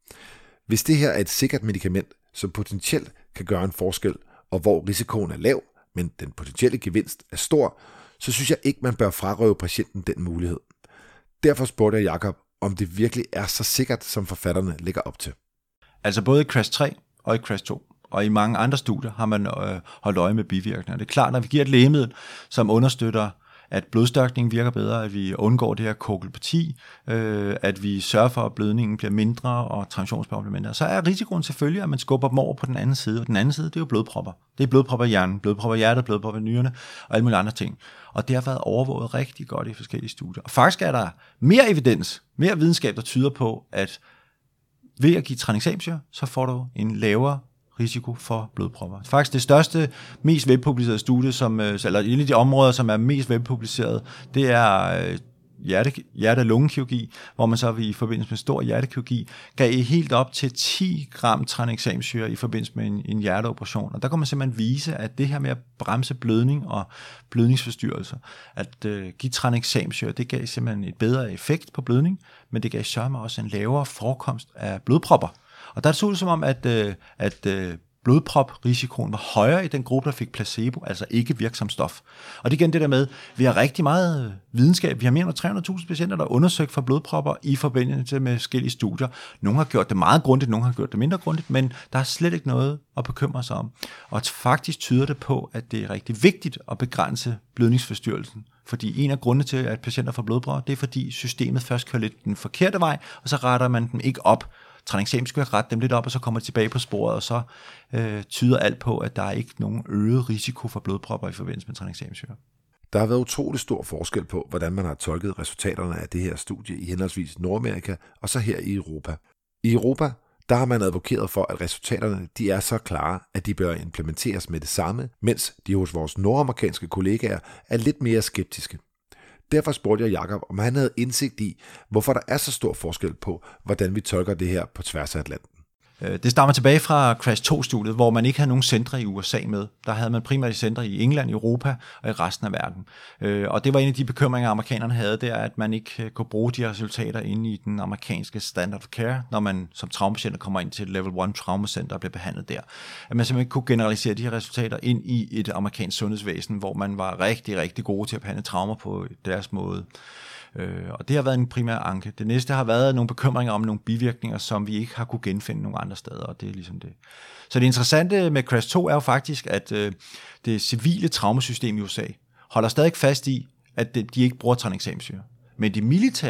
Hvis det her er et sikkert medicament, som potentielt kan gøre en forskel, og hvor risikoen er lav, men den potentielle gevinst er stor, så synes jeg ikke, man bør frarøve patienten den mulighed. Derfor spurgte jeg Jakob, om det virkelig er så sikkert, som forfatterne lægger op til.
Altså både i CRASH 3 og i CRASH 2. Og i mange andre studier har man holdt øje med bivirkninger. Det er klart, når vi giver et lægemiddel, som understøtter, at blodstørkningen virker bedre, at vi undgår det her koagulopati, at vi sørger for, at blødningen bliver mindre og transfusionsbehov bliver mindre, så er risikoen selvfølgelig, at man skubber dem over på den anden side. Og den anden side, det er jo blodpropper. Det er blodpropper i hjernen, blodpropper i hjertet, blodpropper i nyrerne og alle mulige andre ting. Og det har været overvåget rigtig godt i forskellige studier. Og faktisk er der mere evidens, mere videnskab, der tyder på, at ved at give tranexamsyre, så får du en lavere risiko for blodpropper. Faktisk det største, mest webpublicerede studie, eller en af de områder, som er mest webpubliceret, det er hjerte- og lungekirurgi, hvor man så i forbindelse med stor hjertekirurgi gav helt op til 10 gram tranexamsyre i forbindelse med en hjerteoperation. Og der kan man simpelthen vise, at det her med at bremse blødning og blødningsforstyrrelser, at give tranexamsyre, det gav simpelthen et bedre effekt på blødning, men det gav sørme også en lavere forekomst af blodpropper. Og der er det så ud som om, at blodprop-risikoen var højere i den gruppe, der fik placebo, altså ikke virksom stof. Og det er igen det der med, vi har rigtig meget videnskab. Vi har mere end 300.000 patienter, der er undersøgt for blodpropper i forbindelse med forskellige studier. Nogle har gjort det meget grundigt, nogle har gjort det mindre grundigt, men der er slet ikke noget at bekymre sig om. Og faktisk tyder det på, at det er rigtig vigtigt at begrænse blødningsforstyrrelsen. Fordi en af grundene til, at patienter får blodpropper, det er fordi systemet først kører lidt den forkerte vej, og så retter man dem ikke op. Tranexam skal rette dem lidt op, og så kommer de tilbage på sporet, og så tyder alt på, at der er ikke nogen øget risiko for blodpropper i forbindelse med tranexamsyre.
Der har været utrolig stor forskel på, hvordan man har tolket resultaterne af det her studie i henholdsvis Nordamerika og så her i Europa. I Europa, der har man advokeret for, at resultaterne de er så klare, at de bør implementeres med det samme, mens de hos vores nordamerikanske kollegaer er lidt mere skeptiske. Derfor spurgte jeg Jakob, om han havde indsigt i, hvorfor der er så stor forskel på, hvordan vi tolker det her på tværs af Atlanten.
Det stammer tilbage fra Crash 2-studiet, hvor man ikke havde nogen centre i USA med. Der havde man primært centre i England, Europa og i resten af verden. Og det var en af de bekymringer, amerikanerne havde, det er, at man ikke kunne bruge de resultater inde i den amerikanske standard of care, når man som traumapatienter kommer ind til et level 1 traumacenter og bliver behandlet der. At man simpelthen ikke kunne generalisere de her resultater ind i et amerikansk sundhedsvæsen, hvor man var rigtig, rigtig gode til at behandle traumer på deres måde. Og det har været en primær anke. Det næste har været nogle bekymringer om nogle bivirkninger, som vi ikke har kunne genfinde nogle andre steder, og det er ligesom det. Så det interessante med Crash 2 er jo faktisk, at det civile traumasystem i USA holder stadig fast i, at de ikke bruger tranexamsyre. Men det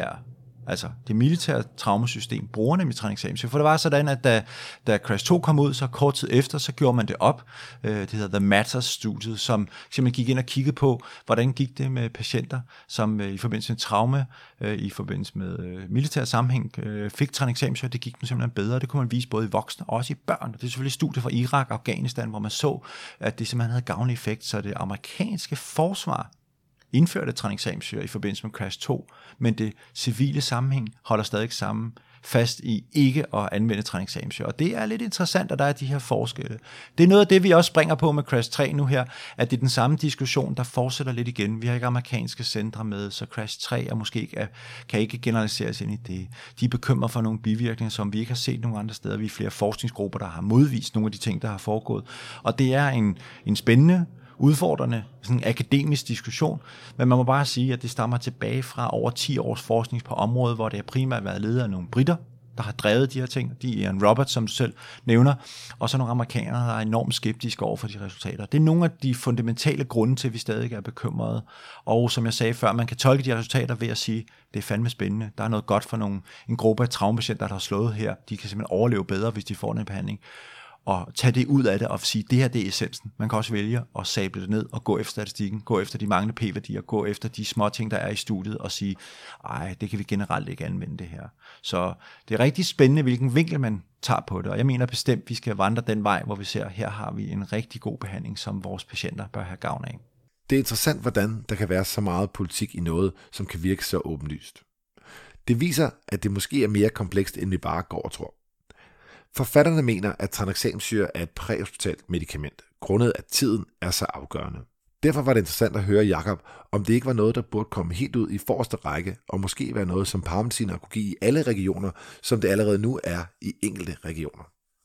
militære traumasystem bruger nemlig tranexamsyre. For det var sådan, at da Crash 2 kom ud, så kort tid efter, så gjorde man det op. Det hedder The Matters-studiet, som simpelthen gik ind og kiggede på, hvordan gik det med patienter, som i forbindelse med traume, i forbindelse med militær sammenhæng, fik tranexamsyre. Det gik dem simpelthen bedre. Det kunne man vise både i voksne og også i børn. Og det er selvfølgelig studier fra Irak og Afghanistan, hvor man så, at det simpelthen havde gavnlig effekt. Så det amerikanske forsvar indførte tranexamsyre i forbindelse med Crash 2, men det civile sammenhæng holder stadig sammen fast i ikke at anvende tranexamsyre. Og det er lidt interessant, at der er de her forskelle. Det er noget af det, vi også springer på med Crash 3 nu her, at det er den samme diskussion, der fortsætter lidt igen. Vi har ikke amerikanske centre med, så Crash 3 er måske ikke, kan ikke generaliseres ind i det. De er bekymret for nogle bivirkninger, som vi ikke har set nogen andre steder. Vi er flere forskningsgrupper, der har modvist nogle af de ting, der har foregået. Og det er en spændende, udfordrende, sådan en akademisk diskussion, men man må bare sige, at det stammer tilbage fra over 10 års forskning på området, hvor det har primært været ledet af nogle britter, der har drevet de her ting. De er Ian Roberts, som du selv nævner, og så nogle amerikanere, der er enormt skeptiske over for de resultater. Det er nogle af de fundamentale grunde til, at vi stadig er bekymrede. Og som jeg sagde før, man kan tolke de resultater ved at sige, det er fandme spændende. Der er noget godt for en gruppe af traumapatienter, der har slået her. De kan simpelthen overleve bedre, hvis de får en behandling. Og tage det ud af det og sige, det her det er essensen. Man kan også vælge at sable det ned og gå efter statistikken, gå efter de manglende p-værdier, gå efter de små ting, der er i studiet og sige, ej, det kan vi generelt ikke anvende det her. Så det er rigtig spændende, hvilken vinkel man tager på det, og jeg mener bestemt, vi skal vandre den vej, hvor vi ser, her har vi en rigtig god behandling, som vores patienter bør have gavn af.
Det er interessant, hvordan der kan være så meget politik i noget, som kan virke så åbenlyst. Det viser, at det måske er mere komplekst, end vi bare går og tror. Forfatterne mener, at tranexamsyre er et præhospitalt medicament, grundet at tiden er så afgørende. Derfor var det interessant at høre Jakob, om det ikke var noget, der burde komme helt ud i forreste række, og måske være noget, som paramediciner kunne give i alle regioner, som det allerede nu er i enkelte regioner.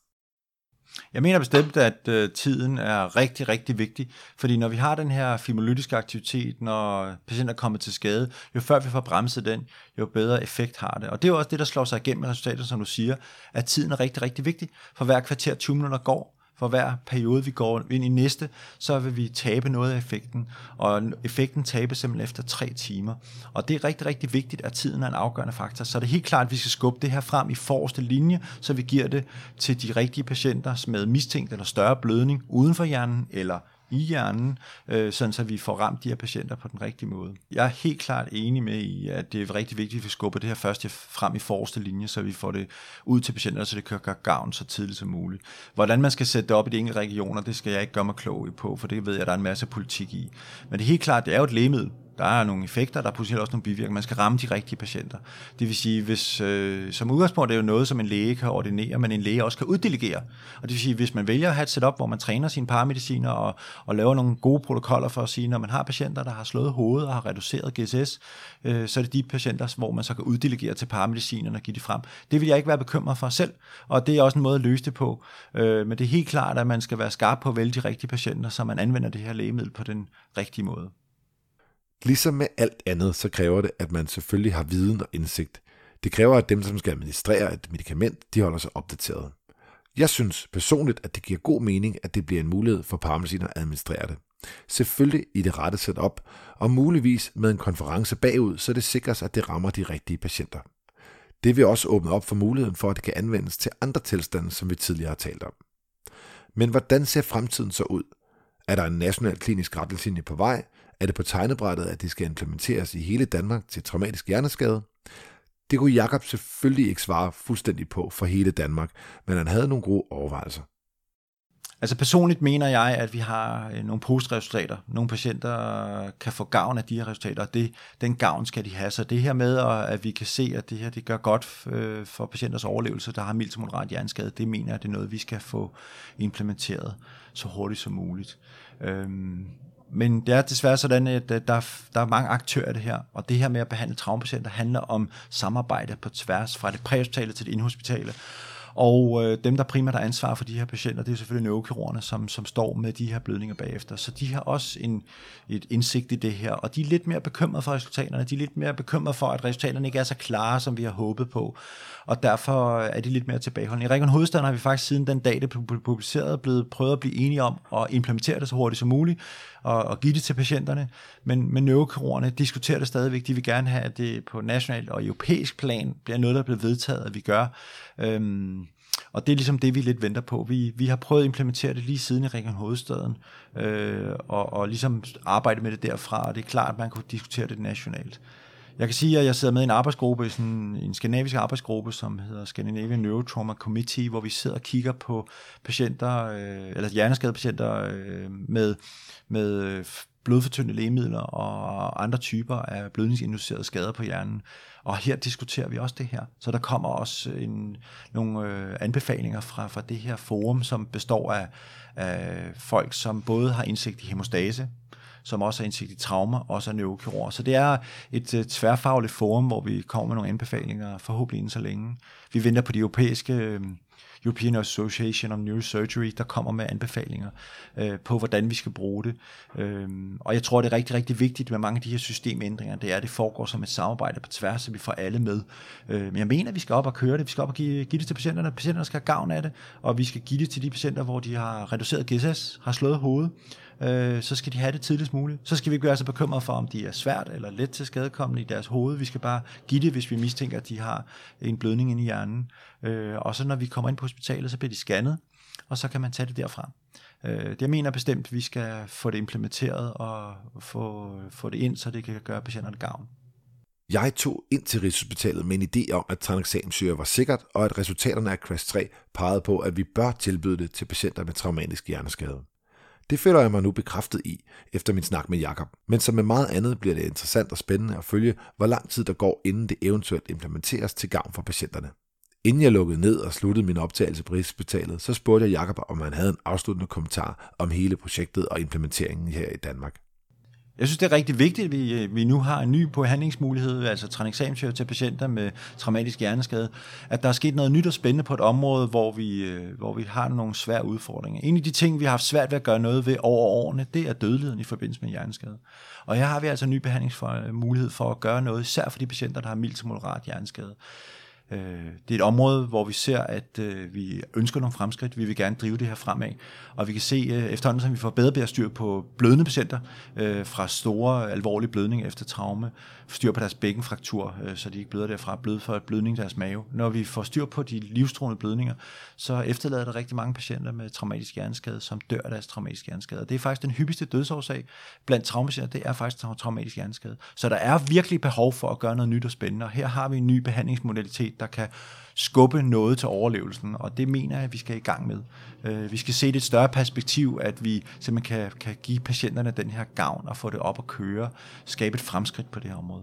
Jeg mener bestemt, at tiden er rigtig, rigtig vigtig, fordi når vi har den her fibrolytiske aktivitet, når patienter kommer til skade, jo før vi får bremset den, jo bedre effekt har det. Og det er jo også det, der slår sig igennem med resultater, som du siger, at tiden er rigtig, rigtig vigtig. For hver kvarter 20 minutter går, for hver periode, vi går ind i næste, så vil vi tabe noget af effekten, og effekten tabes simpelthen efter 3 timer. Og det er rigtig, rigtig vigtigt, at tiden er en afgørende faktor. Så det er helt klart, at vi skal skubbe det her frem i forreste linje, så vi giver det til de rigtige patienter med mistænkt eller større blødning uden for hjernen, eller i hjernen, sådan så vi får ramt de her patienter på den rigtige måde. Jeg er helt klart enig med i, at det er rigtig vigtigt, at vi skubber det her først frem i forreste linje, så vi får det ud til patienter, så det kan gøre gavn så tidligt som muligt. Hvordan man skal sætte det op i de enkelte regioner, det skal jeg ikke gøre mig klog på, for det ved jeg, der er en masse politik i. Men det er helt klart, det er jo et lægemiddel. Der er nogle effekter, der er potentielt også nogle bivirkninger. Man skal ramme de rigtige patienter. Det vil sige, hvis som udgangspunkt er jo noget, som en læge kan ordinere, men en læge også kan uddelegere. Og det vil sige, hvis man vælger at have et setup, hvor man træner sine paramediciner og laver nogle gode protokoller for at sige, når man har patienter, der har slået hovedet og har reduceret GSS, så er det de patienter, hvor man så kan uddelegere til paramedicinerne og give det frem. Det vil jeg ikke være bekymret for selv, og det er også en måde at løse det på. Men det er helt klart, at man skal være skarp på at vælge de rigtige patienter, så man anvender det her lægemiddel på den rigtige måde.
Ligesom med alt andet, så kræver det, at man selvfølgelig har viden og indsigt. Det kræver, at dem, som skal administrere et medicament, de holder sig opdateret. Jeg synes personligt, at det giver god mening, at det bliver en mulighed for paramediciner at administrere det. Selvfølgelig i det rette setup, og muligvis med en konference bagud, så det sikres, at det rammer de rigtige patienter. Det vil også åbne op for muligheden for, at det kan anvendes til andre tilstande, som vi tidligere har talt om. Men hvordan ser fremtiden så ud? Er der en national klinisk retningslinje på vej? Er det på tegnebrættet, at det skal implementeres i hele Danmark til traumatisk hjerneskade? Det kunne Jakob selvfølgelig ikke svare fuldstændig på for hele Danmark, men han havde nogle gode overvejelser.
Altså personligt mener jeg, at vi har nogle positive resultater. Nogle patienter kan få gavn af de her resultater, og den gavn skal de have. Så det her med, at vi kan se, at det her det gør godt for patienters overlevelse, der har mild til moderat hjerneskade, det mener jeg, det er noget, vi skal få implementeret så hurtigt som muligt. Men det er desværre sådan, at der er mange aktører i det her, og det her med at behandle traumapatienter handler om samarbejde på tværs fra det præhospitale til det inhospitale. Og dem, der primært har ansvar for de her patienter, det er selvfølgelig neurokirurgerne, som står med de her blødninger bagefter. Så de har også et indsigt i det her, og de er lidt mere bekymrede for resultaterne. De er lidt mere bekymrede for, at resultaterne ikke er så klare, som vi har håbet på. Og derfor er de lidt mere tilbageholdende. I Region Hovedstaden har vi faktisk siden den dag, det blev publiceret, blevet prøvet at blive enige om at implementere det så hurtigt som muligt, og give det til patienterne. Men neurokirurgerne diskuterer det stadigvæk. De vil gerne have, at det på national og europæisk plan bliver noget, der bliver vedtaget, at vi gør. Og det er ligesom det, vi lidt venter på. Vi har prøvet at implementere det lige siden i Region Hovedstaden, og ligesom arbejde med det derfra, og det er klart, at man kunne diskutere det nationalt. Jeg kan sige, at jeg sidder med i en arbejdsgruppe, en skandinavisk arbejdsgruppe, som hedder Scandinavian Neurotrauma Committee, hvor vi sidder og kigger på patienter, eller hjerneskadede patienter med blodfortyndende lægemidler og andre typer af blødningsinducerede skader på hjernen. Og her diskuterer vi også det her. Så der kommer også nogle anbefalinger fra det her forum, som består af folk, som både har indsigt i hemostase, som også har indsigt i traumer, også er neurokirurger. Så det er et tværfagligt forum, hvor vi kommer med nogle anbefalinger, forhåbentlig inden så længe. Vi venter på de europæiske European Association of Neurosurgery, der kommer med anbefalinger på, hvordan vi skal bruge det. Og jeg tror, det er rigtig, rigtig vigtigt med mange af de her systemændringer, det er, at det foregår som et samarbejde på tværs, så vi får alle med. Men jeg mener, at vi skal op og køre det. Vi skal op og give det til patienterne. Patienterne skal have gavn af det, og vi skal give det til de patienter, hvor de har reduceret GSS, har slået hovedet. Så skal de have det tidligst muligt. Så skal vi ikke være så bekymrede for, om de er svært eller let til skadekommende i deres hoved. Vi skal bare give det, hvis vi mistænker, at de har en blødning inde i hjernen. Og så når vi kommer ind på hospitalet, så bliver de scannet, og så kan man tage det derfra. Jeg mener bestemt, at vi skal få det implementeret og få det ind, så det kan gøre patienterne gavn.
Jeg tog ind til Rigshospitalet med en idé om, at tranexamsyre var sikkert, og at resultaterne af CREST-3 pegede på, at vi bør tilbyde det til patienter med traumatisk hjerneskade. Det føler jeg mig nu bekræftet i, efter min snak med Jakob. Men som med meget andet bliver det interessant og spændende at følge, hvor lang tid der går, inden det eventuelt implementeres til gavn for patienterne. Inden jeg lukkede ned og sluttede min optagelse på Rigshospitalet, så spurgte jeg Jakob, om han havde en afsluttende kommentar om hele projektet og implementeringen her i Danmark.
Jeg synes, det er rigtig vigtigt, at vi nu har en ny behandlingsmulighed, altså tranexamsyre til patienter med traumatisk hjerneskade, at der er sket noget nyt og spændende på et område, hvor vi har nogle svære udfordringer. En af de ting, vi har haft svært ved at gøre noget ved over årene, det er dødeligheden i forbindelse med hjerneskade. Og her har vi altså en ny behandlingsmulighed for at gøre noget, især for de patienter, der har mild til moderat hjerneskade. Det er et område, hvor vi ser, at vi ønsker nogle fremskridt. Vi vil gerne drive det her fremad. Og vi kan se efterhånden, som vi får bedre styr på blødende patienter fra store, alvorlige blødninger efter traume, styr på deres bækkenfraktur, så de ikke bløder derfra, bløde for blødning i deres mave. Når vi får styr på de livstruende blødninger, så efterlader der rigtig mange patienter med traumatisk hjerneskade, som dør af deres traumatisk hjerneskade. Det er faktisk den hyppigste dødsårsag blandt traumapatienter, det er faktisk traumatisk hjerneskade. Så der er virkelig behov for at gøre noget nyt og spændende, og her har vi en ny behandlingsmodalitet, der kan skubbe noget til overlevelsen, og det mener jeg, at vi skal i gang med. Vi skal se det et større perspektiv, at vi simpelthen kan give patienterne den her gavn og få det op at køre, skabe et fremskridt på det her område.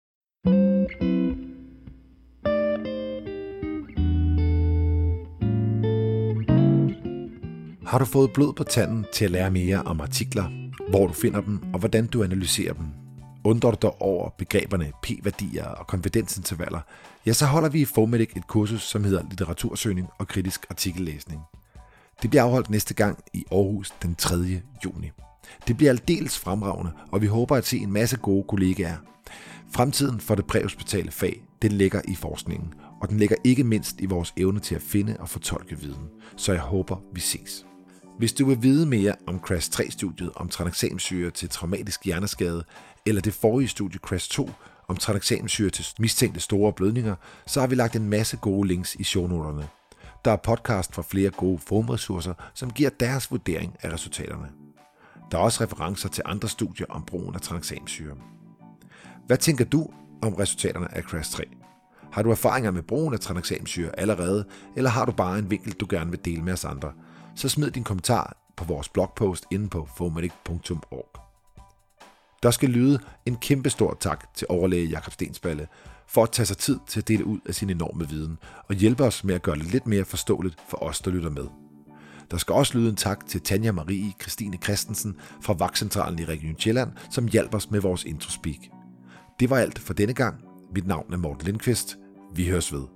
Har du fået blod på tanden til at lære mere om artikler, hvor du finder dem og hvordan du analyserer dem? Undrer du dig over begreberne p-værdier og konfidensintervaller, ja, så holder vi i Fomedic et kursus, som hedder Litteratursøgning og kritisk artikellæsning. Det bliver afholdt næste gang i Aarhus den 3. juni. Det bliver aldeles fremragende, og vi håber at se en masse gode kollegaer. Fremtiden for det præhospitale fag, den ligger i forskningen, og den ligger ikke mindst i vores evne til at finde og fortolke viden. Så jeg håber, vi ses. Hvis du vil vide mere om CREST-3-studiet om tranexamsyre til traumatisk hjerneskade, eller det forrige studie CREST-2 om tranexamsyre til mistænkte store blødninger, så har vi lagt en masse gode links i shownoterne. Der er podcast fra flere gode forumressourcer, som giver deres vurdering af resultaterne. Der er også referencer til andre studier om brugen af tranexamsyre. Hvad tænker du om resultaterne af CREST-3? Har du erfaringer med brugen af tranexamsyre allerede, eller har du bare en vinkel, du gerne vil dele med os andre, så smid din kommentar på vores blogpost inde på fomedic.org. Der skal lyde en kæmpe stor tak til overlæge Jakob Stensballe for at tage sig tid til at dele ud af sin enorme viden og hjælpe os med at gøre det lidt mere forståeligt for os, der lytter med. Der skal også lyde en tak til Tanja Marie Christine Christensen fra Vagtcentralen i Region Sjælland, som hjalp os med vores introspeak. Det var alt for denne gang. Mit navn er Morten Lindqvist. Vi høres ved.